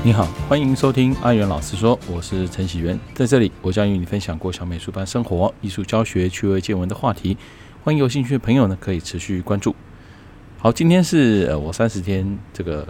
你好，欢迎收听阿元老师说，我是陈喜元，在这里我将与你分享国小美术班生活、艺术教学、趣味见闻的话题，欢迎有兴趣的朋友呢可以持续关注。好，今天是我30天这个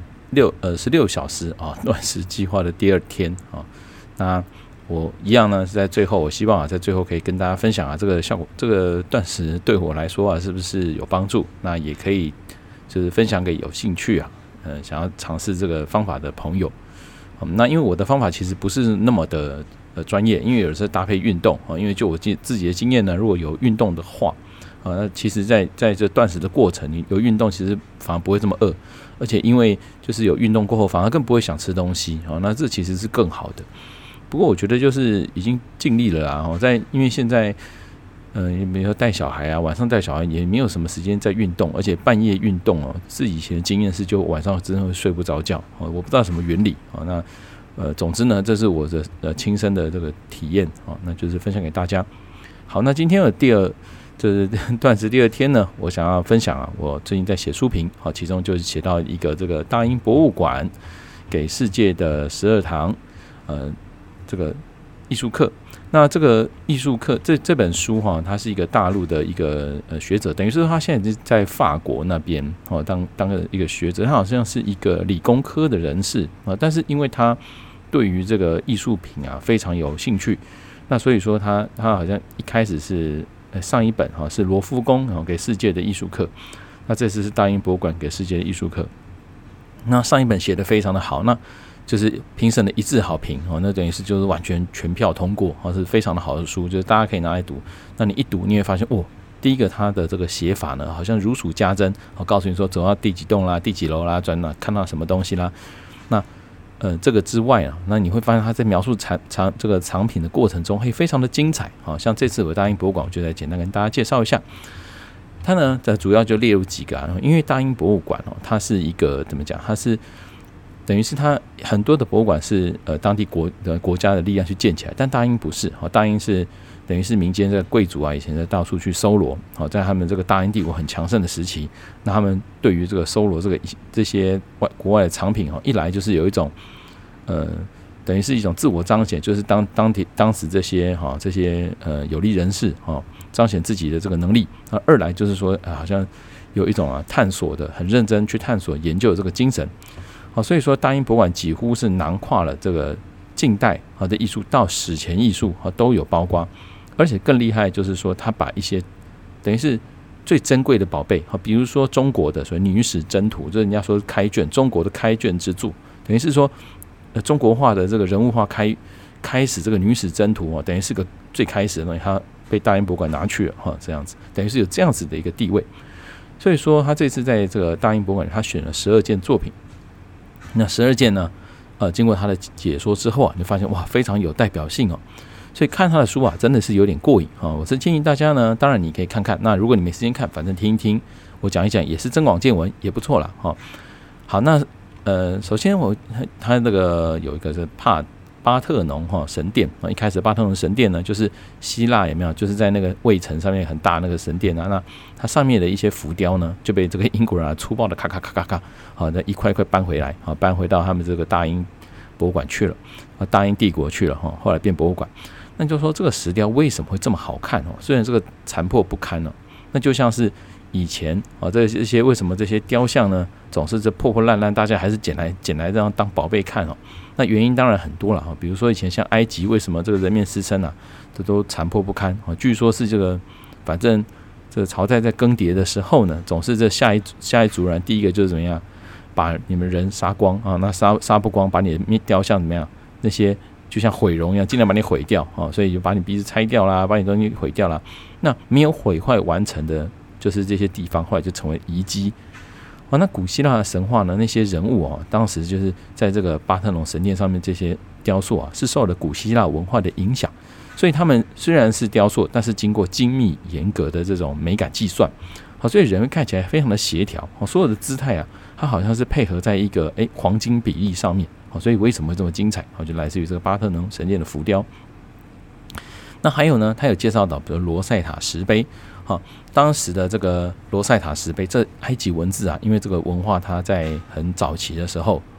16小时断食计划的第2天啊。那我一样呢是在最后，我希望在最后可以跟大家分享这个效果，这个断食对我来说是不是有帮助？那也可以就是分享给有兴趣想要尝试这个方法的朋友。那因为我的方法其实不是那么的专业，因为有时候搭配运动因为就我自己的经验呢，如果有运动的话那其实在这断食的过程，你有运动其实反而不会这么饿，而且因为就是有运动过后反而更不会想吃东西那这其实是更好的。不过我觉得就是已经尽力了啦因为现在比如说带小孩晚上带小孩也没有什么时间在运动，而且半夜运动是以前的经验是就晚上真的会睡不着觉我不知道什么原理那总之呢，这是我的亲身的这个体验那就是分享给大家。好，那今天的就是断食第2天呢，我想要分享我最近在写书评其中就是写到一个这个大英博物馆给世界的12堂这个艺术课。那这个艺术课这本书他是一个大陆的一个学者，等于是说他现在在法国那边当一个学者，他好像是一个理工科的人士但是因为他对于这个艺术品非常有兴趣，那所以说他好像一开始是上一本是罗浮宫给世界的艺术课，那这次是大英博物馆给世界的艺术课。那上一本写得非常的好，那就是评审的一致好评那等于是就是完全全票通过是非常的好的书，就是大家可以拿来读。那你一读你会发现第一个它的这个写法呢好像如数家珍告诉你说走到第几栋啦、第几楼啦、转哪看到什么东西啦。那这个之外那你会发现他在描述这个藏品的过程中会非常的精彩像这次我大英博物馆我就来简单跟大家介绍一下。它呢主要就列入几个因为大英博物馆它是一个怎么讲，它是等于是它很多的博物馆是当地国家的力量去建起来，但大英不是大英是等于是民间的贵族以前在到处去搜罗在他们这个大英帝国很强盛的时期，那他们对于这个搜罗这些国外的藏品一来就是有一种等于是一种自我彰显，就是当时这些有利人士彰显自己的这个能力二来就是说好像有一种探索的很认真去探索研究的这个精神所以说大英博物馆几乎是囊括了这个近代的艺术到史前艺术都有包括，而且更厉害就是说他把一些等于是最珍贵的宝贝比如说中国的所谓女史箴图，就是人家说开卷，中国的开卷之作，等于是说中国画的这个人物画开始这个女史箴图等于是个最开始的东西，它被大英博物馆拿去了这样子，等于是有这样子的一个地位。所以说他这次在这个大英博物馆他选了12件作品，那12件呢经过他的解说之后你就发现非常有代表性所以看他的书真的是有点过瘾我是建议大家呢，当然你可以看看，那如果你没时间看，反正听一听我讲一讲也是增广见闻，也不错啦好，那首先他那个有一个是巴特农神殿一开始巴特农神殿呢就是希腊有没有，就是在那个卫城上面很大那个神殿那它上面的一些浮雕呢就被这个英国人粗暴的咔咔咔咔咔那一块一块搬回来搬回到他们这个大英博物馆去了大英帝国去了后来变博物馆。那就说这个石雕为什么会这么好看虽然这个残破不堪那就像是以前这些为什么这些雕像呢总是这破破烂烂，大家还是捡来这样当宝贝看那原因当然很多了比如说以前像埃及为什么这个人面狮身这都残破不堪据说是这个反正这个朝代在更迭的时候呢，总是这下一族人第一个就是怎么样把你们人杀光那杀不光把你的雕像怎么样，那些就像毁容一样尽量把你毁掉所以就把你鼻子拆掉啦，把你东西毁掉啦。那没有毁坏完成的就是这些地方后来就成为遗迹那古希腊的神话呢，那些人物当时就是在这个巴特农神殿上面这些雕塑是受了古希腊文化的影响，所以他们虽然是雕塑，但是经过精密严格的这种美感计算所以人看起来非常的协调所有的姿态它好像是配合在一个黄金比例上面所以为什么会这么精彩就来自于这个巴特农神殿的浮雕。那还有呢，他有介绍到比如罗塞塔石碑当时的这个罗塞塔石碑，这埃及文字因为这个文化它在很早期的时候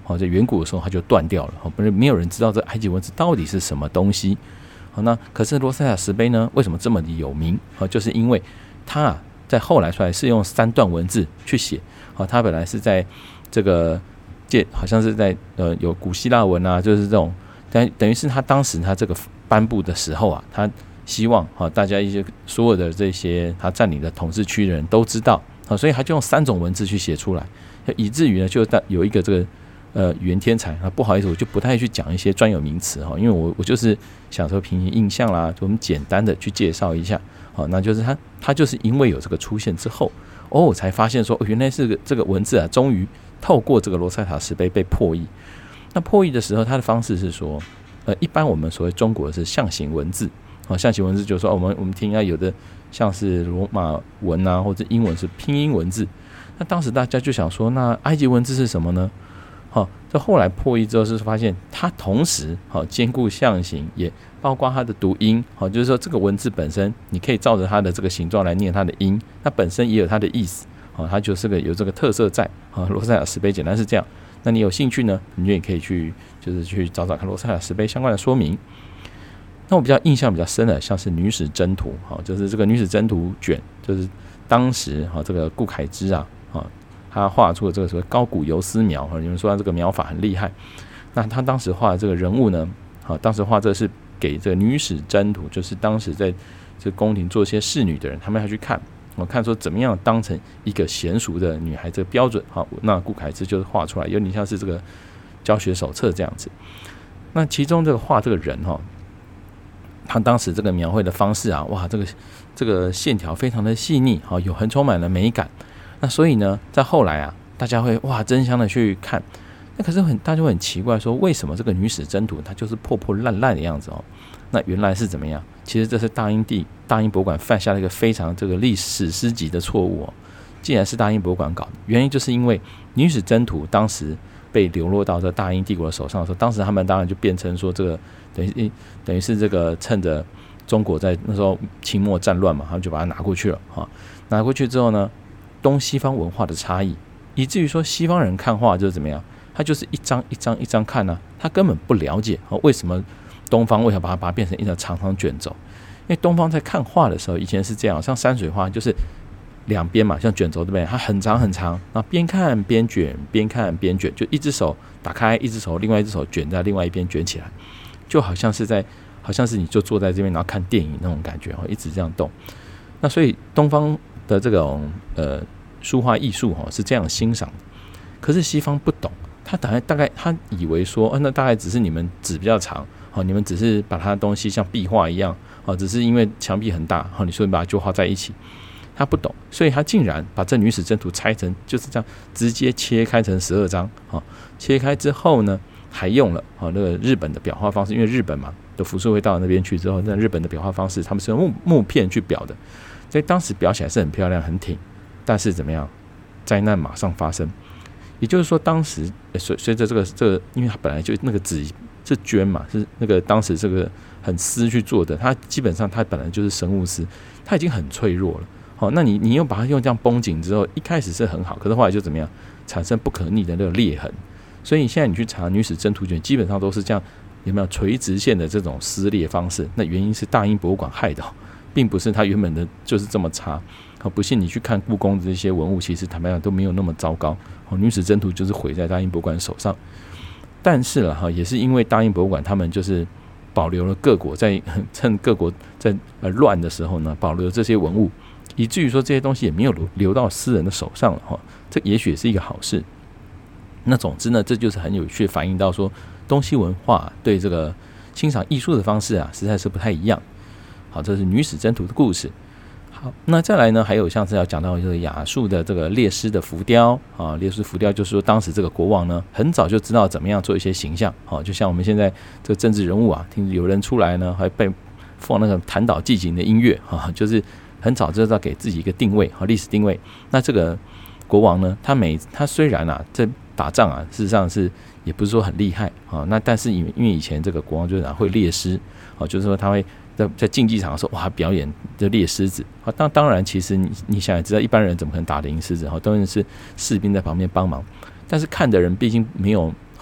在远古的时候它就断掉了，不是没有人知道这埃及文字到底是什么东西。那可是罗塞塔石碑呢，为什么这么的有名？就是因为它在后来出来是用3段文字去写，它本来是在这个好像是在有古希腊文啊，就是这种，等于是他当时他这个颁布的时候啊，他希望大家所有的这些他占领的统治区的人都知道，所以他就用3种文字去写出来，以至于呢就有一个这个语言天才，不好意思，我就不太去讲一些专有名词，因为我就是想说凭印象啦，就我们简单的去介绍一下，那就是他就是因为有这个出现之后，才发现说原来是这个文字啊，终于透过这个罗塞塔石碑被破译。那破译的时候，它的方式是说，一般我们所谓中国的是象形文字，象形文字就是说，我们听有的像是罗马文啊，或者英文是拼音文字。那当时大家就想说，那埃及文字是什么呢？这后来破译之后是发现，它同时兼顾象形，也包括它的读音，就是说这个文字本身，你可以照着它的这个形状来念它的音，它本身也有它的意思。它就是有这个特色在，罗塞塔石碑简单是这样。那你有兴趣呢，你也可以去找找看罗塞塔石碑相关的说明。那我印象比较深的，像是女史箴图，就是这个女史箴图卷，就是当时这个顾恺之啊，他画出了这个所谓高古游丝描，有人说他这个描法很厉害。那他当时画的这个人物呢，当时画这是给这个女史箴图，就是当时在这宫廷做一些侍女的人，他们要去看。我看说怎么样当成一个娴熟的女孩这个标准，那顾恺之就是画出来，有点像是这个教学手册这样子。那其中这个画这个人他当时这个描绘的方式啊，哇，这个线条非常的细腻，有很充满了美感。那所以呢，在后来啊，大家会争相的去看。那可是大家会很奇怪说，为什么这个女史箴图它就是破破烂烂的样子？那原来是怎么样？其实这是大英博物馆犯下了一个非常这个历史诗级的错误。既然是大英博物馆搞的，原因就是因为女史箴图当时被流落到这大英帝国的手上的时候，当时他们当然就变成说这个等于是这个趁着中国在那时候清末战乱嘛，他们就把它拿过去了。拿过去之后呢，东西方文化的差异，以至于说西方人看画就是怎么样，他就是一张一张一张看啊，他根本不了解为什么东方为什么把它变成一条长长卷轴。因为东方在看画的时候，以前是这样，像山水画就是两边嘛，像卷轴对不对？它很长很长，然后边看边卷，边看边卷，就一只手打开，一只手另外一只手卷在另外一边卷起来，就好像是你就坐在这边，然后看电影那种感觉，一直这样动。那所以东方的这种书画艺术是这样欣赏的，可是西方不懂，他大概他以为说，那大概只是你们纸比较长，你们只是把它的东西像壁画一样，只是因为墙壁很大，你所以把它就画在一起。他不懂，所以他竟然把这女史箴图拆成就是这样，直接切开成12张。切开之后呢，还用了那个日本的裱画方式，因为日本嘛的浮世绘到那边去之后，那日本的裱画方式，他们是用木片去裱的，所以当时裱起来是很漂亮很挺。但是怎么样，灾难马上发生。也就是说，当时随着这个，因为它本来就那个纸是绢嘛，是那个当时这个很丝去做的，它基本上它本来就是生物丝，它已经很脆弱了。那你又把它用这样绷紧之后，一开始是很好，可是后来就怎么样，产生不可逆的那个裂痕。所以现在你去查女史箴图卷，基本上都是这样，有没有垂直线的这种撕裂方式？那原因是大英博物馆害的，并不是它原本的就是这么差。不信你去看故宫的这些文物，其实坦白讲都没有那么糟糕。女史箴图就是毁在大英博物馆手上。但是也是因为大英博物馆他们就是保留了各国趁各国在乱的时候呢，保留这些文物，以至于说这些东西也没有流到私人的手上了。这也许是一个好事。那总之呢，这就是很有趣，反映到说东西文化对这个欣赏艺术的方式啊，实在是不太一样。好，这是女史箴图的故事。好，那再来呢，还有像是要讲到这个亚述的这个列师的浮雕啊，列师浮雕就是说当时这个国王呢，很早就知道怎么样做一些形象，就像我们现在这个政治人物啊，听有人出来呢，还被放那个弹岛寂景的音乐啊，就是很早就知道给自己一个定位和历史定位。那这个国王呢，他虽然在打仗啊，事实上是也不是说很厉害啊，那但是因为以前这个国王就是会列师啊，就是说他会在竞技场的时候哇表演就列狮子啊，当然其实你想也知道，一般人怎么可能打得赢狮子？当然是士兵在旁边帮忙，但是看的人毕竟没有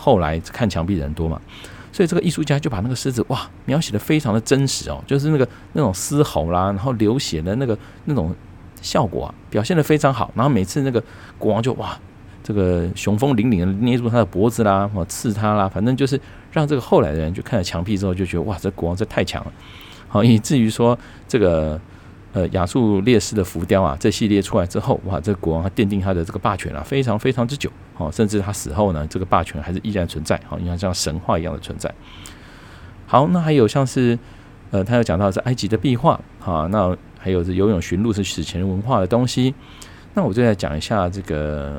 后来看墙壁的人多嘛，所以这个艺术家就把那个狮子描写的非常的真实哦，就是那种嘶吼啦，然后流血的那种效果表现的非常好。然后每次那个国王就这个雄风凛凛的捏住他的脖子啦，刺他啦，反正就是让这个后来的人就看了墙壁之后就觉得这国王这太强了，好，以至于说这个亚述烈士的浮雕这系列出来之后，这个国王他奠定他的这个霸权非常非常之久，甚至他死后呢，这个霸权还是依然存在，因为它像神话一样的存在。好，那还有像是他有讲到是埃及的壁画，那还有是游泳驯鹿是史前文化的东西。那我就来讲一下这个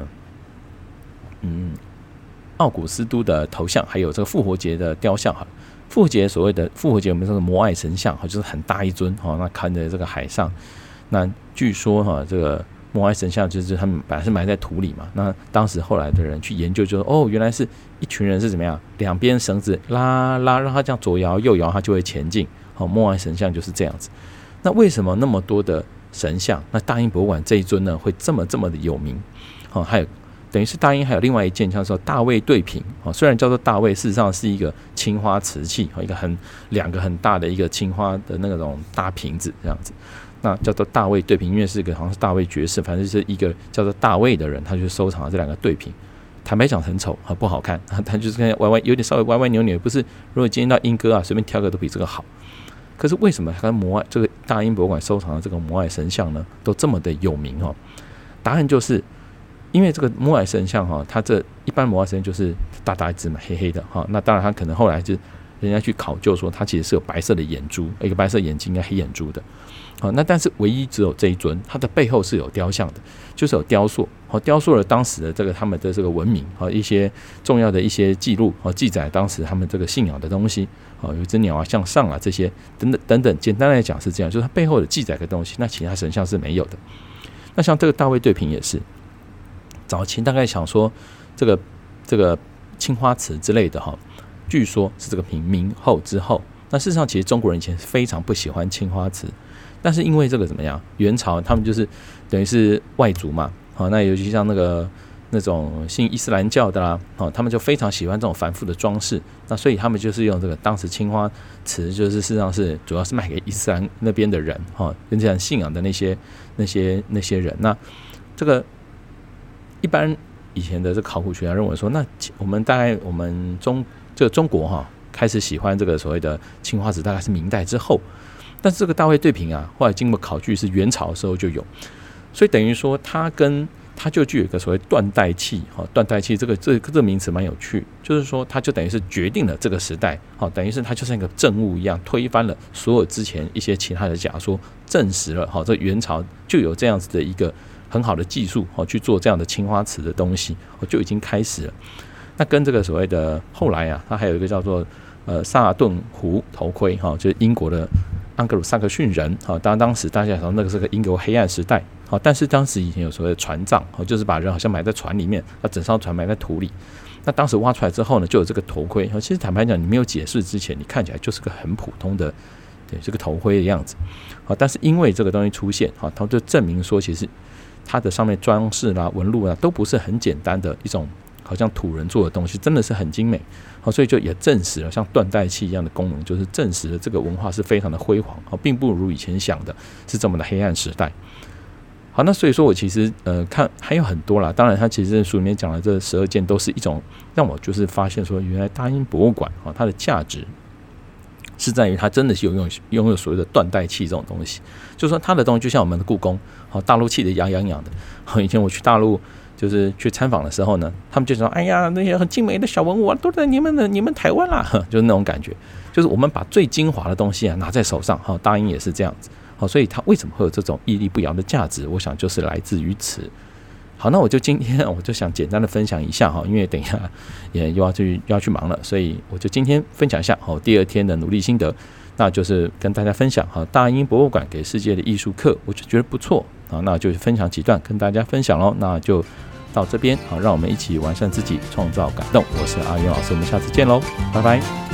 奥古斯都的头像，还有这个复活节的雕像。复活节所谓的复活节，我们说的摩艾神像，就是很大一尊，那看着这个海上。那据说这个摩艾神像就是他们本来是埋在土里嘛，那当时后来的人去研究就说，原来是一群人是怎么样，两边绳子拉，让他这样左摇右摇，他就会前进。摩艾神像就是这样子。那为什么那么多的神像，那大英博物馆这一尊呢会这么的有名？还有等于是大英还有另外一件叫做大卫对瓶，虽然叫做大卫，事实上是一个青花瓷器，两个很大的一个青花的那种大瓶子这样子，那叫做大卫对瓶，因为是一个好像是大卫爵士，反正是一个叫做大卫的人，他就收藏了这两个对瓶。坦白讲很丑，不好看，他就是看有点稍微歪歪扭扭，不是如果今天到英歌随便挑个都比这个好。可是为什么他跟这个大英博物馆收藏的这个摩艾神像呢都这么的有名？答案就是因为这个摩艾神像它这一般摩艾神像就是大一只嘛，黑黑的那当然它可能后来就人家去考究说它其实是有白色的眼珠，一个白色眼睛跟黑眼珠的。那但是唯一只有这一尊，它的背后是有雕像的，就是有雕塑，雕塑了当时的这个他们的这个文明一些重要的一些记录记载当时他们这个信仰的东西，有一只鸟向上这些等等，简单来讲是这样，就是它背后的记载的东西，那其他神像是没有的。那像这个大卫对瓶也是，早期大概想说这个青花瓷之类的据说是这个瓶明后之后。那事实上其实中国人以前非常不喜欢青花瓷，但是因为这个怎么样，元朝他们就是等于是外族嘛，那尤其像那种信伊斯兰教的啦，他们就非常喜欢这种繁复的装饰，那所以他们就是用这个当时青花瓷，就是事实上是主要是卖给伊斯兰那边的人，跟这样信仰的那些人。那这个一般以前的这个考古学家认为说，那我们中国开始喜欢这个所谓的青花瓷，大概是明代之后。但是这个大卫对瓶后来经过考据是元朝的时候就有，所以等于说它就具有一个所谓断代器。断代器这个名词蛮有趣，就是说它就等于是决定了这个时代，等于是它就像一个证物一样，推翻了所有之前一些其他的假说，证实了这元朝就有这样子的一个很好的技术去做这样的青花瓷的东西，就已经开始了。那跟这个所谓的后来它还有一个叫做萨尔顿湖头盔，就是英国的安格鲁萨克逊人，当时大家想那个是个英国黑暗时代，但是当时以前有所谓的船葬，就是把人好像埋在船里面，把整艘船埋在土里。那当时挖出来之后呢，就有这个头盔。其实坦白讲，你没有解释之前，你看起来就是个很普通的这个头盔的样子。但是因为这个东西出现，它就证明说，其实它的上面装饰啦、纹路都不是很简单的一种好像土人做的东西，真的是很精美。所以就也证实了像断代器一样的功能，就是证实了这个文化是非常的辉煌，并不如以前想的是这么的黑暗时代。好，那所以说我其实看还有很多啦，当然它其实书里面讲的这12件都是一种让我就是发现说，原来大英博物馆它的价值是在于它真的是拥有所谓的断代器这种东西，就是说它的东西就像我们的故宫，大陆气得痒痒痒的。以前我去大陆就是去参访的时候呢，他们就说：“哎呀，那些很精美的小文物都在你们台湾啦。”就是那种感觉，就是我们把最精华的东西拿在手上。大英也是这样子。所以它为什么会有这种屹立不摇的价值？我想就是来自于此。好，那今天我就想简单的分享一下因为等一下也又要去忙了，所以我就今天分享一下第2天的努力心得，那就是跟大家分享大英博物馆给世界的艺术课，我就觉得不错那就分享几段跟大家分享咯。那就到这边让我们一起完善自己，创造感动。我是阿元老师，我们下次见喽，拜拜。